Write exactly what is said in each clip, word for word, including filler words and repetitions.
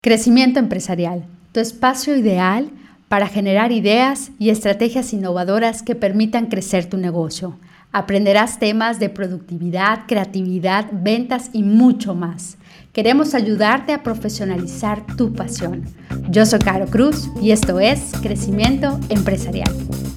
Crecimiento empresarial, tu espacio ideal para generar ideas y estrategias innovadoras que permitan crecer tu negocio. Aprenderás temas de productividad, creatividad, ventas y mucho más. Queremos ayudarte a profesionalizar tu pasión. Yo soy Caro Cruz y esto es Crecimiento Empresarial.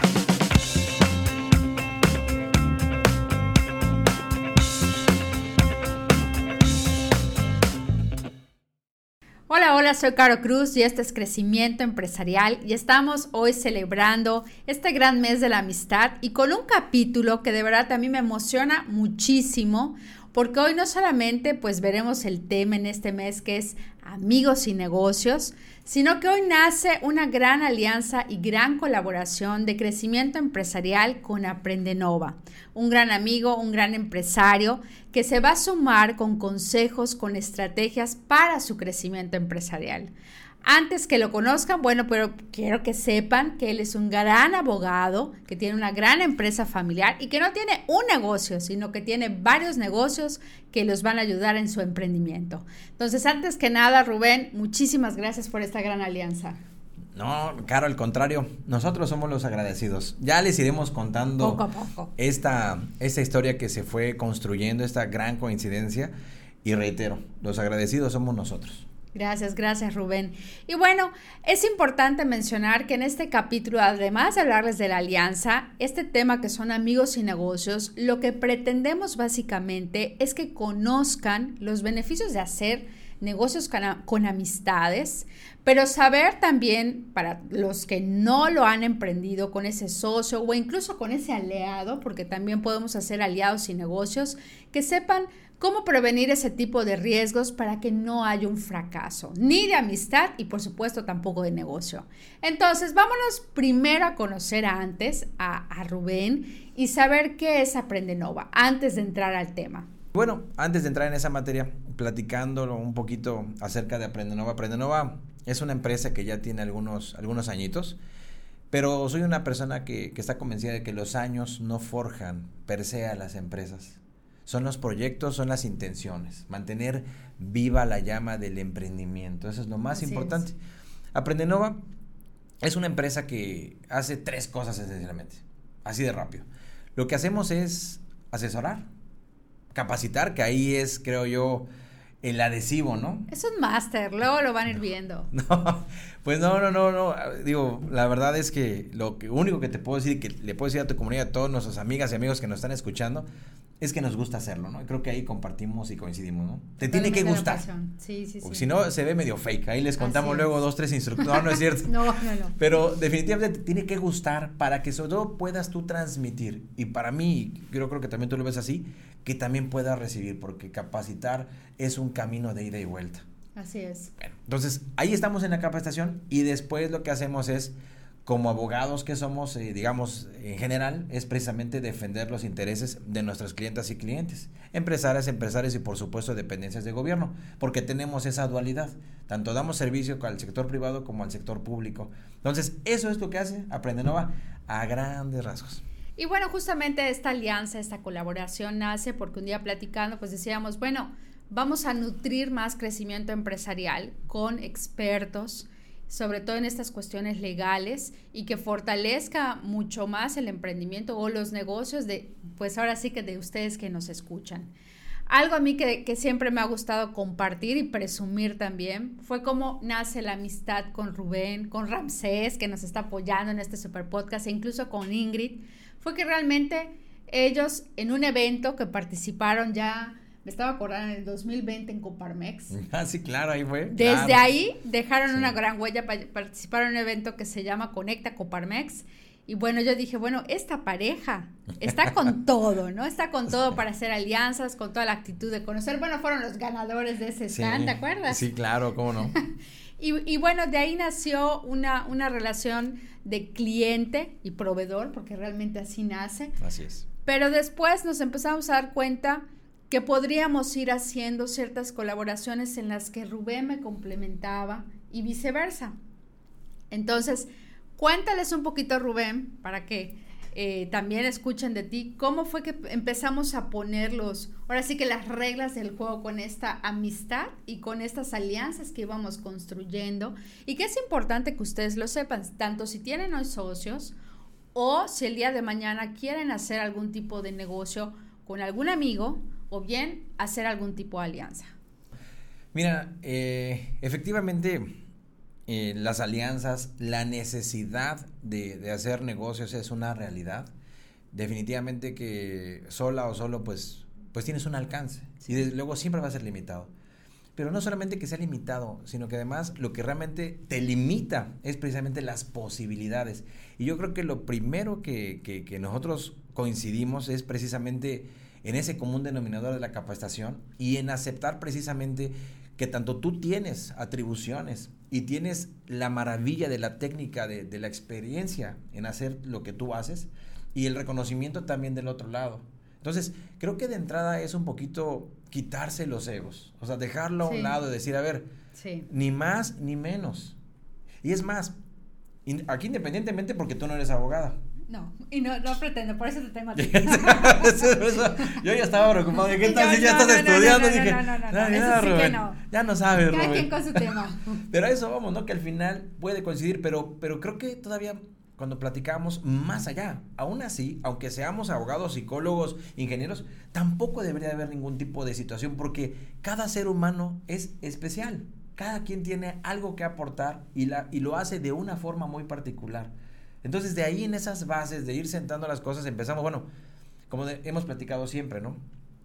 Hola, hola, soy Caro Cruz y este es Crecimiento Empresarial y estamos hoy celebrando este gran mes de la amistad y con un capítulo que de verdad a mí me emociona muchísimo porque hoy no solamente pues veremos el tema en este mes que es amigos y negocios, sino que hoy nace una gran alianza y gran colaboración de crecimiento empresarial con Aprendenova, un gran amigo, un gran empresario que se va a sumar con consejos, con estrategias para su crecimiento empresarial. Antes que lo conozcan, bueno, pero quiero que sepan que él es un gran abogado, que tiene una gran empresa familiar y que no tiene un negocio, sino que tiene varios negocios que los van a ayudar en su emprendimiento. Entonces, antes que nada, Rubén, muchísimas gracias por esta gran alianza. No, Caro, al contrario, nosotros somos los agradecidos. Ya les iremos contando poco a poco esta, esta historia que se fue construyendo, esta gran coincidencia. Y reitero, los agradecidos somos nosotros. Gracias, gracias Rubén. Y bueno, es importante mencionar que en este capítulo, además de hablarles de la alianza, este tema que son amigos y negocios, lo que pretendemos básicamente es que conozcan los beneficios de hacer negocios con, con amistades, pero saber también para los que no lo han emprendido con ese socio o incluso con ese aliado, porque también podemos hacer aliados y negocios, que sepan cómo prevenir ese tipo de riesgos para que no haya un fracaso, ni de amistad y por supuesto tampoco de negocio. Entonces, vámonos primero a conocer antes a, a Rubén y saber qué es Aprendenova antes de entrar al tema. Bueno, antes de entrar en esa materia, platicándolo un poquito acerca de Aprendenova. Aprendenova es una empresa que ya tiene algunos, algunos añitos, pero soy una persona que, que está convencida de que los años no forjan per se a las empresas. Son los proyectos, son las intenciones, mantener viva la llama del emprendimiento, eso es lo más Así importante. Es. Aprendenova es una empresa que hace tres cosas esencialmente, así de rápido. Lo que hacemos es asesorar, capacitar, que ahí es, creo yo, el adhesivo, ¿no? Es un máster, luego lo van a ir viendo. No, pues no, no, no, no, digo, la verdad es que lo que, único que te puedo decir, que le puedo decir a tu comunidad, a todas nuestras amigas y amigos que nos están escuchando, es que nos gusta hacerlo, ¿no? Y creo que ahí compartimos y coincidimos, ¿no? Te tiene que gustar. Sí, sí, Porque sí. si no, se ve medio fake. Ahí les contamos Así luego es. dos, tres instructores. No, no es cierto. no, no, no. Pero definitivamente te tiene que gustar para que sobre todo puedas tú transmitir. Y para mí, yo creo que también tú lo ves así, que también puedas recibir, porque capacitar es un camino de ida y vuelta. Así es. Bueno, entonces, ahí estamos en la capacitación y después lo que hacemos es, como abogados que somos, eh, digamos, en general, es precisamente defender los intereses de nuestras clientas y clientes, empresarias, empresarios y por supuesto dependencias de gobierno, porque tenemos esa dualidad, tanto damos servicio al sector privado como al sector público. Entonces, eso es lo que hace Aprendenova a grandes rasgos. Y bueno, justamente esta alianza, esta colaboración nace porque un día platicando, pues decíamos, bueno, vamos a nutrir más crecimiento empresarial con expertos, sobre todo en estas cuestiones legales y que fortalezca mucho más el emprendimiento o los negocios de, pues ahora sí que de ustedes que nos escuchan. Algo a mí que, que siempre me ha gustado compartir y presumir también fue cómo nace la amistad con Rubén, con Ramsés, que nos está apoyando en este super podcast, e incluso con Ingrid. Fue que realmente ellos en un evento que participaron ya, me estaba acordando, en el dos mil veinte en Coparmex. Ah, sí, claro, ahí fue. Desde claro. ahí dejaron sí. una gran huella para participar en un evento que se llama Conecta Coparmex. Y bueno, yo dije, bueno, esta pareja está con todo, ¿no? Está con todo para hacer alianzas, con toda la actitud de conocer. Bueno, fueron los ganadores de ese stand, sí, ¿te acuerdas? Sí, claro, cómo no. y, y bueno, de ahí nació una, una relación de cliente y proveedor, porque realmente así nace. Así es. Pero después nos empezamos a dar cuenta que podríamos ir haciendo ciertas colaboraciones en las que Rubén me complementaba y viceversa. Entonces, cuéntales un poquito, Rubén, para que eh, también escuchen de ti, ¿cómo fue que empezamos a ponerlos, ahora sí que las reglas del juego con esta amistad y con estas alianzas que íbamos construyendo? Y que es importante que ustedes lo sepan, tanto si tienen hoy socios o si el día de mañana quieren hacer algún tipo de negocio con algún amigo o bien hacer algún tipo de alianza. Mira, eh, efectivamente... Eh, las alianzas, la necesidad de, de hacer negocios es una realidad. Definitivamente que sola o solo pues, pues tienes un alcance y desde luego siempre va a ser limitado. Pero no solamente que sea limitado, sino que además lo que realmente te limita es precisamente las posibilidades. Y yo creo que lo primero que, que, que nosotros coincidimos es precisamente en ese común denominador de la capacitación y en aceptar precisamente que tanto tú tienes atribuciones y tienes la maravilla de la técnica, de, de la experiencia en hacer lo que tú haces y el reconocimiento también del otro lado. Entonces, creo que de entrada es un poquito quitarse los egos, o sea, dejarlo sí. a un lado y decir, a ver, sí. ni más ni menos. Y es más, in, aquí independientemente porque tú no eres abogada. No, y no, no pretendo, por eso te tengo a ti. Yo ya estaba preocupado, ¿de qué tal si ya no, estás no, estudiando? No, no, Dije, no, no, no, no, no, no, ya, eso Rubén, sí que no. Ya no sabes, Cada Rubén. quien con su tema. Pero a eso vamos, ¿no? Que al final puede coincidir, pero, pero creo que todavía cuando platicamos más allá, aún así, aunque seamos abogados, psicólogos, ingenieros, tampoco debería haber ningún tipo de situación porque cada ser humano es especial. Cada quien tiene algo que aportar y, la, y lo hace de una forma muy particular. Entonces, de ahí en esas bases de ir sentando las cosas, empezamos, bueno, como de, hemos platicado siempre, ¿no?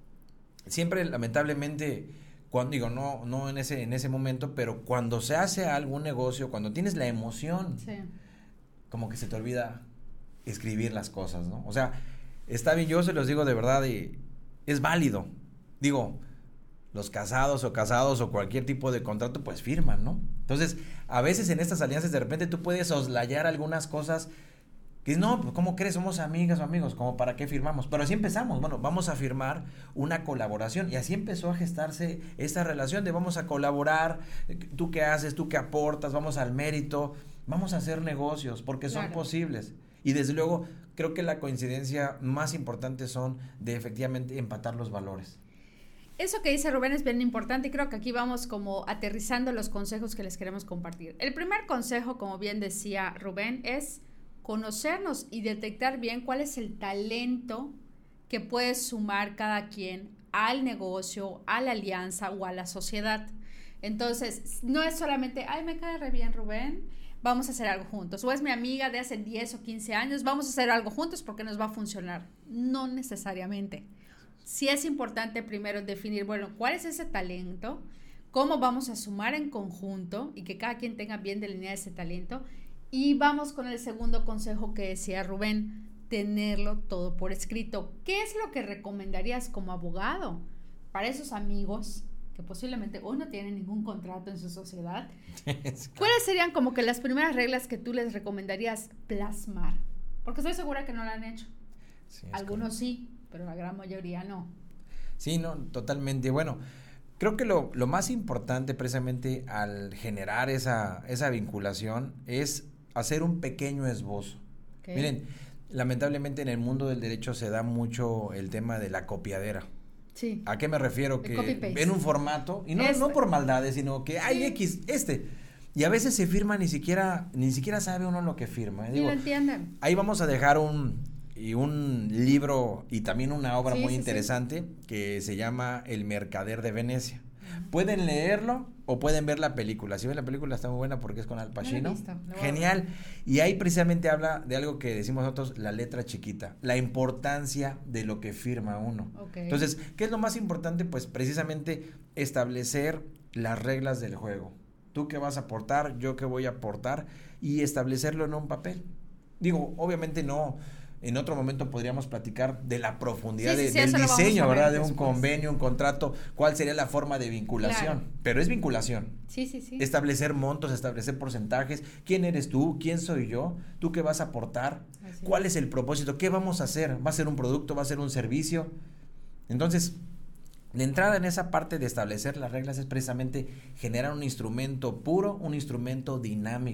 Siempre, lamentablemente, cuando digo, no, no en ese, en ese momento, pero cuando se hace algún negocio, cuando tienes la emoción, sí. como que se te olvida escribir las cosas, ¿no? O sea, está bien, yo se los digo de verdad, y es válido. Digo, los casados o casados o cualquier tipo de contrato, pues firman, ¿no? Entonces, a veces en estas alianzas de repente tú puedes soslayar algunas cosas que no, pues ¿cómo crees? Somos amigas o amigos, ¿como para qué firmamos? Pero así empezamos, bueno, vamos a firmar una colaboración y así empezó a gestarse esta relación de vamos a colaborar, tú qué haces, tú qué aportas, vamos al mérito, vamos a hacer negocios porque son claro. posibles. Y desde luego, creo que la coincidencia más importante son de efectivamente empatar los valores. Eso que dice Rubén es bien importante y creo que aquí vamos como aterrizando los consejos que les queremos compartir. El primer consejo, como bien decía Rubén, es conocernos y detectar bien cuál es el talento que puede sumar cada quien al negocio, a la alianza o a la sociedad. Entonces, no es solamente, ay, me cae re bien Rubén, vamos a hacer algo juntos. O es mi amiga de hace diez o quince años, vamos a hacer algo juntos porque nos va a funcionar. No necesariamente. Sí es importante primero definir, bueno, cuál es ese talento, cómo vamos a sumar en conjunto y que cada quien tenga bien delineado ese talento. Y vamos con el segundo consejo que decía Rubén, tenerlo todo por escrito. ¿Qué es lo que recomendarías como abogado para esos amigos que posiblemente hoy no tienen ningún contrato en su sociedad? ¿Cuáles serían como que las primeras reglas que tú les recomendarías plasmar? Porque estoy segura que no lo han hecho. Sí, algunos correcto. Sí, pero la gran mayoría no. Sí, no, totalmente. Bueno, creo que lo, lo más importante precisamente al generar esa, esa vinculación es hacer un pequeño esbozo. Okay. Miren, lamentablemente en el mundo del derecho se da mucho el tema de la copiadera. Sí. ¿A qué me refiero? Que ven un formato, y no, este. no por maldades, sino que hay sí. X, este. Y a veces se firma, ni siquiera, ni siquiera sabe uno lo que firma. Sí, Digo, lo entienden. Ahí vamos a dejar un, y un libro y también una obra sí, muy sí, interesante sí. que se llama El Mercader de Venecia. Uh-huh. Pueden leerlo o pueden ver la película. Si ven la película está muy buena porque es con Al Pacino. No Genial. Y ahí precisamente habla de algo que decimos nosotros, la letra chiquita, la importancia de lo que firma uno. Okay. Entonces, ¿qué es lo más importante? Pues precisamente establecer las reglas del juego. Tú qué vas a aportar, yo qué voy a aportar y establecerlo en un papel. Digo, obviamente no, en otro momento podríamos platicar de la profundidad sí, sí, de, sí, del diseño, ¿verdad? De un después. convenio, un contrato, cuál sería la forma de vinculación. Claro. Pero es vinculación. Sí, sí, sí. Establecer montos, establecer porcentajes. ¿Quién eres tú? ¿Quién soy yo? ¿Tú qué vas a aportar? Así ¿Cuál es. es el propósito? ¿Qué vamos a hacer? ¿Va a ser un producto? ¿Va a ser un servicio? Entonces, de entrada en esa parte de establecer las reglas es precisamente generar un instrumento puro, un instrumento dinámico,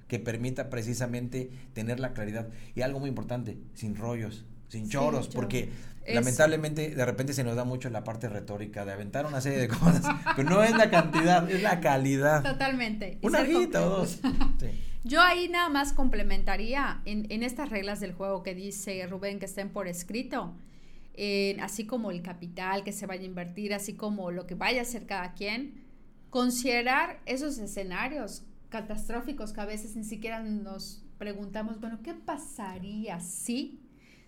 que permita precisamente tener la claridad. Y algo muy importante, sin rollos, sin choros, sí, porque eso. Lamentablemente de repente se nos da mucho la parte retórica de aventar una serie de cosas, pero no es la cantidad, es la calidad. Totalmente. Una hojita o dos. Sí. Yo ahí nada más complementaría en, en estas reglas del juego que dice Rubén que estén por escrito, eh, así como el capital que se vaya a invertir, así como lo que vaya a hacer cada quien, considerar esos escenarios catastróficos que a veces ni siquiera nos preguntamos, bueno, ¿qué pasaría si?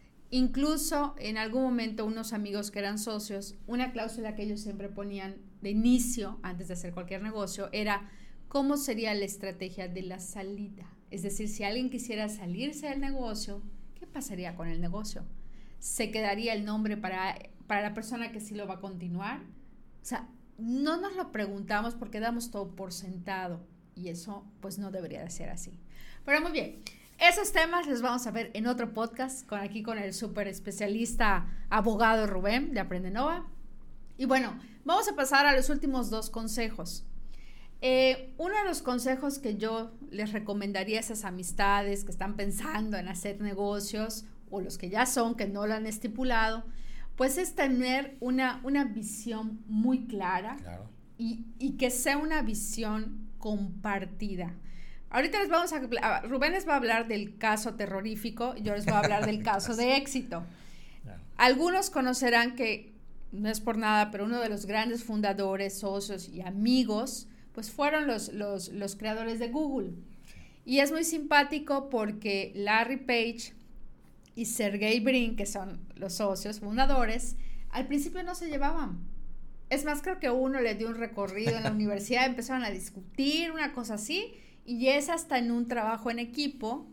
Incluso en algún momento unos amigos que eran socios, una cláusula que ellos siempre ponían de inicio, antes de hacer cualquier negocio, era cómo sería la estrategia de la salida. Es decir, si alguien quisiera salirse del negocio, ¿qué pasaría con el negocio? ¿Se quedaría el nombre para, para la persona que sí lo va a continuar? O sea, no nos lo preguntamos porque damos todo por sentado y eso pues no debería de ser así. Pero muy bien. Esos temas los vamos a ver en otro podcast, con aquí con el súper especialista abogado Rubén de Aprendenova. Y bueno, vamos a pasar a los últimos dos consejos. Eh, uno de los consejos que yo les recomendaría a esas amistades que están pensando en hacer negocios, o los que ya son, que no lo han estipulado, pues es tener una, una visión muy clara, claro. y, y que sea una visión compartida. Ahorita les vamos a, Rubén les va a hablar del caso terrorífico, yo les voy a hablar del caso de éxito. Claro. Algunos conocerán que, no es por nada, pero uno de los grandes fundadores, socios y amigos, pues fueron los, los, los creadores de Google. Y es muy simpático porque Larry Page y Sergey Brin, que son los socios fundadores, al principio no se llevaban. Es más, creo que uno le dio un recorrido en la universidad, empezaron a discutir, una cosa así, y es hasta en un trabajo en equipo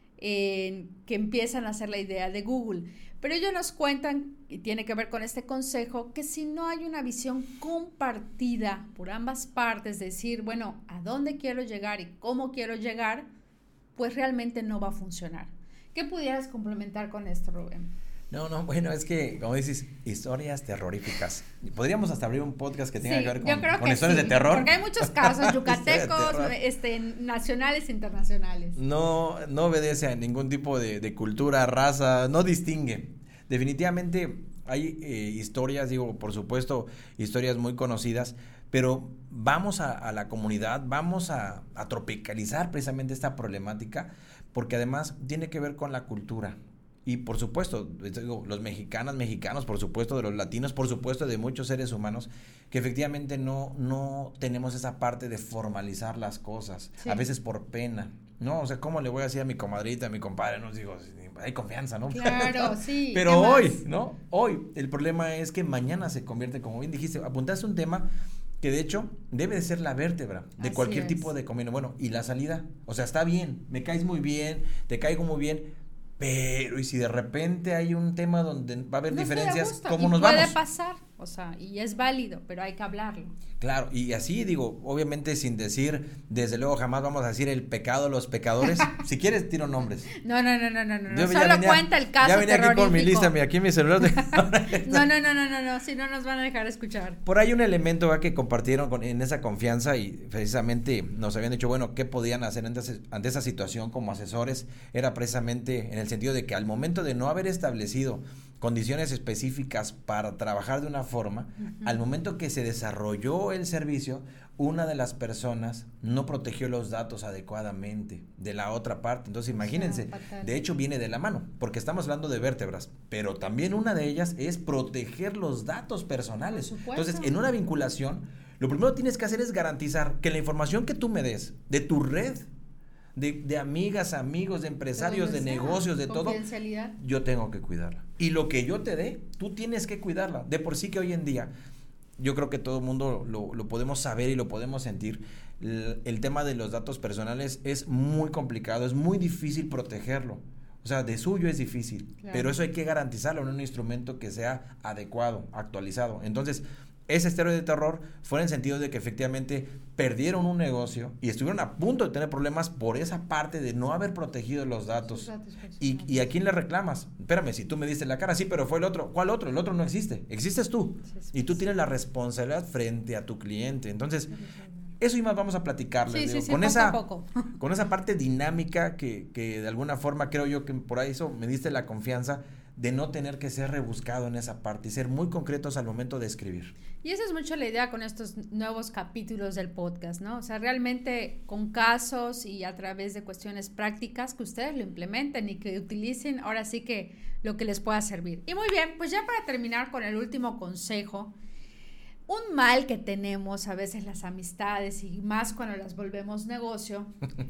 eh, que empiezan a hacer la idea de Google. Pero ellos nos cuentan, y tiene que ver con este consejo, que si no hay una visión compartida por ambas partes, decir, bueno, ¿a dónde quiero llegar y cómo quiero llegar? Pues realmente no va a funcionar. ¿Qué pudieras complementar con esto, Rubén? No, no, bueno, es que, como dices, historias terroríficas. Podríamos hasta abrir un podcast que tenga sí, que ver con, con que historias sí, de terror. Porque hay muchos casos yucatecos, este, nacionales e internacionales. No, no obedece a ningún tipo de, de cultura, raza, no distingue. Definitivamente hay eh, historias, digo, por supuesto, historias muy conocidas, pero vamos a, a la comunidad, vamos a, a tropicalizar precisamente esta problemática, porque además tiene que ver con la cultura. Y por supuesto, digo, los mexicanos, mexicanos, por supuesto, de los latinos, por supuesto, de muchos seres humanos, que efectivamente no, no tenemos esa parte de formalizar las cosas, sí. A veces por pena, ¿no? O sea, ¿cómo le voy a decir a mi comadrita, a mi compadre? No digo, hay confianza, ¿no? Claro, sí. Pero hoy, ¿no? Hoy, el problema es que mañana se convierte, como bien dijiste, apuntaste un tema que de hecho debe de ser la vértebra de Así cualquier es. tipo de convenio. Bueno, ¿y la salida? O sea, está bien, me caes muy bien, te caigo muy bien, pero y si de repente hay un tema donde va a haber no diferencias, ¿cómo y nos puede vamos? Puede pasar, o sea, y es válido, pero hay que hablarlo. Claro, y así digo, obviamente sin decir, desde luego jamás vamos a decir el pecado de los pecadores. Si quieres tiro nombres. No, no, no, no, no, no. Yo solo venía, cuenta el caso ya venía terrorífico. Aquí con mi lista, mira, aquí en mi celular. no, no, no, no, no, no, si no nos van a dejar escuchar. Por ahí un elemento ¿va? que compartieron con, en esa confianza y precisamente nos habían dicho, bueno, ¿qué podían hacer ante, ante esa situación como asesores? Era precisamente en el sentido de que al momento de no haber establecido condiciones específicas para trabajar de una forma, uh-huh. al momento que se desarrolló el servicio, una de las personas no protegió los datos adecuadamente de la otra parte. Entonces imagínense, sí, de hecho viene de la mano, porque estamos hablando de vértebras, pero también una de ellas es proteger los datos personales. Entonces, en una vinculación, lo primero que tienes que hacer es garantizar que la información que tú me des de tu red, De, de amigas, amigos, de empresarios, de, de negocios, de todo, yo tengo que cuidarla. Y lo que yo te dé, tú tienes que cuidarla. De por sí que hoy en día, yo creo que todo el mundo lo, lo podemos saber y lo podemos sentir, el, el tema de los datos personales es muy complicado, es muy difícil protegerlo. O sea, de suyo es difícil, claro. Pero eso hay que garantizarlo en un instrumento que sea adecuado, actualizado. Entonces, ese estéreo de terror fue en el sentido de que efectivamente perdieron un negocio y estuvieron a punto de tener problemas por esa parte de no haber protegido los datos. datos y, ¿Y a quién le reclamas? Espérame, si tú me diste la cara, sí, pero fue el otro. ¿Cuál otro? El otro no existe. Existes tú. Y tú tienes la responsabilidad frente a tu cliente. Entonces, Eso y más vamos a platicarles, sí, digo, sí, sí, con poco esa a poco. con esa parte dinámica que, que de alguna forma creo yo que por ahí eso me diste la confianza de no tener que ser rebuscado en esa parte y ser muy concretos al momento de escribir. Y esa es mucho la idea con estos nuevos capítulos del podcast, ¿no? O sea, realmente con casos y a través de cuestiones prácticas que ustedes lo implementen y que utilicen ahora sí que lo que les pueda servir. Y muy bien, pues ya para terminar con el último consejo, un mal que tenemos a veces las amistades y más cuando las volvemos negocio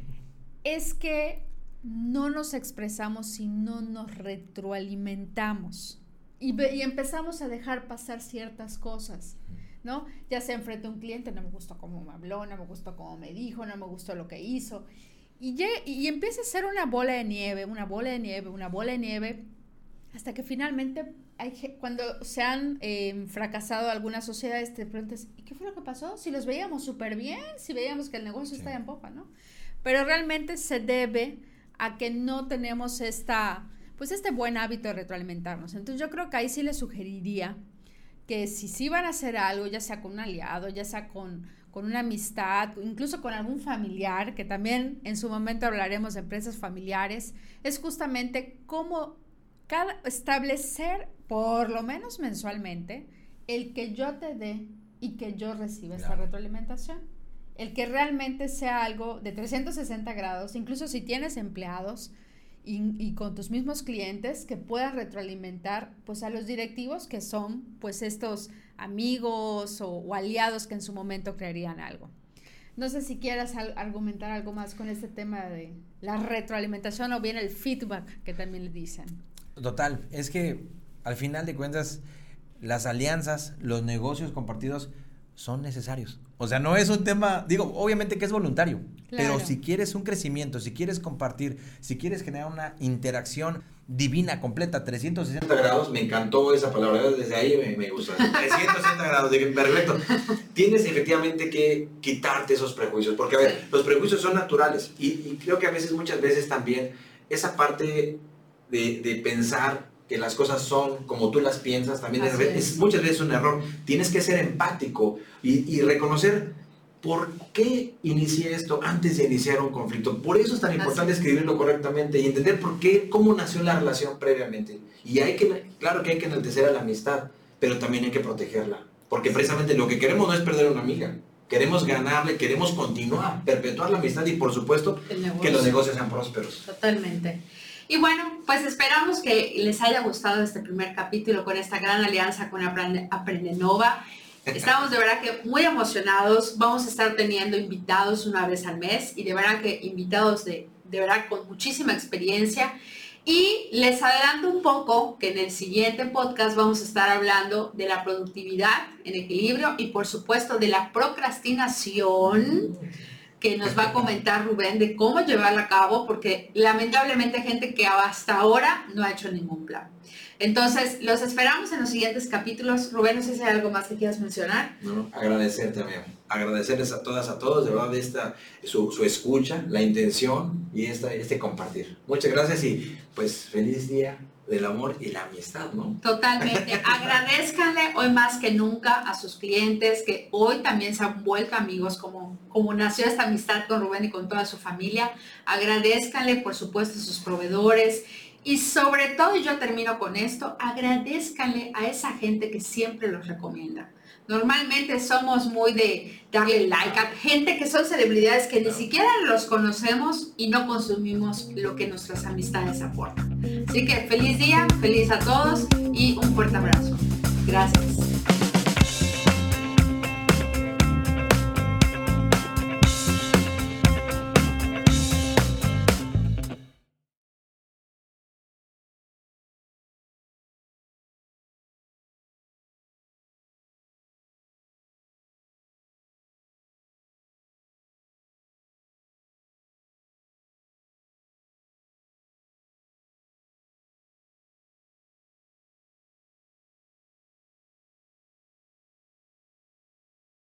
es que no nos expresamos si no nos retroalimentamos y, y empezamos a dejar pasar ciertas cosas, ¿no? Ya sea enfrente a un cliente, no me gustó cómo me habló, no me gustó cómo me dijo, no me gustó lo que hizo y, y, y empieza a ser una bola de nieve, una bola de nieve, una bola de nieve hasta que finalmente hay, cuando se han eh, fracasado algunas sociedades te preguntas, ¿y qué fue lo que pasó? Si los veíamos súper bien, si veíamos que el negocio sí. está en popa, ¿no? Pero realmente se debe a que no tenemos esta, pues este buen hábito de retroalimentarnos. Entonces yo creo que ahí sí les sugeriría que si sí van a hacer algo, ya sea con un aliado, ya sea con, con una amistad, incluso con algún familiar, que también en su momento hablaremos de empresas familiares, es justamente cómo cada, establecer por lo menos mensualmente el que yo te dé y que yo reciba esta retroalimentación. El que realmente sea algo de trescientos sesenta grados, incluso si tienes empleados y, y con tus mismos clientes, que puedas retroalimentar pues a los directivos que son pues estos amigos o, o aliados que en su momento crearían algo. No sé si quieras al, argumentar algo más con este tema de la retroalimentación o bien el feedback que también le dicen. Total, es que al final de cuentas las alianzas, los negocios compartidos son necesarios. O sea, no es un tema, digo, obviamente que es voluntario, claro. Pero si quieres un crecimiento, si quieres compartir, si quieres generar una interacción divina, completa, trescientos sesenta grados, me encantó esa palabra, desde ahí me, me gusta, trescientos sesenta grados, dije, perfecto, tienes efectivamente que quitarte esos prejuicios, porque a ver, los prejuicios son naturales, y, y creo que a veces, muchas veces también, esa parte de, de pensar que las cosas son como tú las piensas, también es, es muchas veces un error. Tienes que ser empático y, y reconocer por qué inicié esto antes de iniciar un conflicto. Por eso es tan importante Así. escribirlo correctamente y entender por qué, cómo nació la relación previamente. Y hay que, claro que hay que enaltecer a la amistad, pero también hay que protegerla. Porque precisamente lo que queremos no es perder a una amiga. Queremos ganarle, queremos continuar, perpetuar la amistad y por supuesto que los negocios sean prósperos. Totalmente. Y bueno, pues esperamos que les haya gustado este primer capítulo con esta gran alianza con Aprende, Aprendenova. Estamos de verdad que muy emocionados. Vamos a estar teniendo invitados una vez al mes y de verdad que invitados de, de verdad con muchísima experiencia. Y les adelanto un poco que en el siguiente podcast vamos a estar hablando de la productividad en equilibrio y por supuesto de la procrastinación, que nos va a comentar Rubén de cómo llevarla a cabo, porque lamentablemente hay gente que hasta ahora no ha hecho ningún plan. Entonces, los esperamos en los siguientes capítulos. Rubén, no sé si hay algo más que quieras mencionar. No, agradecer también, agradecerles a todas, a todos, de verdad, esta, su, su escucha, la intención y esta, este compartir. Muchas gracias y pues feliz día del amor y la amistad, ¿no? Totalmente. Agradézcanle hoy más que nunca a sus clientes que hoy también se han vuelto amigos como, como nació esta amistad con Rubén y con toda su familia. Agradézcanle, por supuesto, a sus proveedores y sobre todo, y yo termino con esto, agradézcanle a esa gente que siempre los recomienda. Normalmente somos muy de darle like a gente que son celebridades que ni siquiera los conocemos y no consumimos lo que nuestras amistades aportan. Así que feliz día, feliz a todos y un fuerte abrazo. Gracias.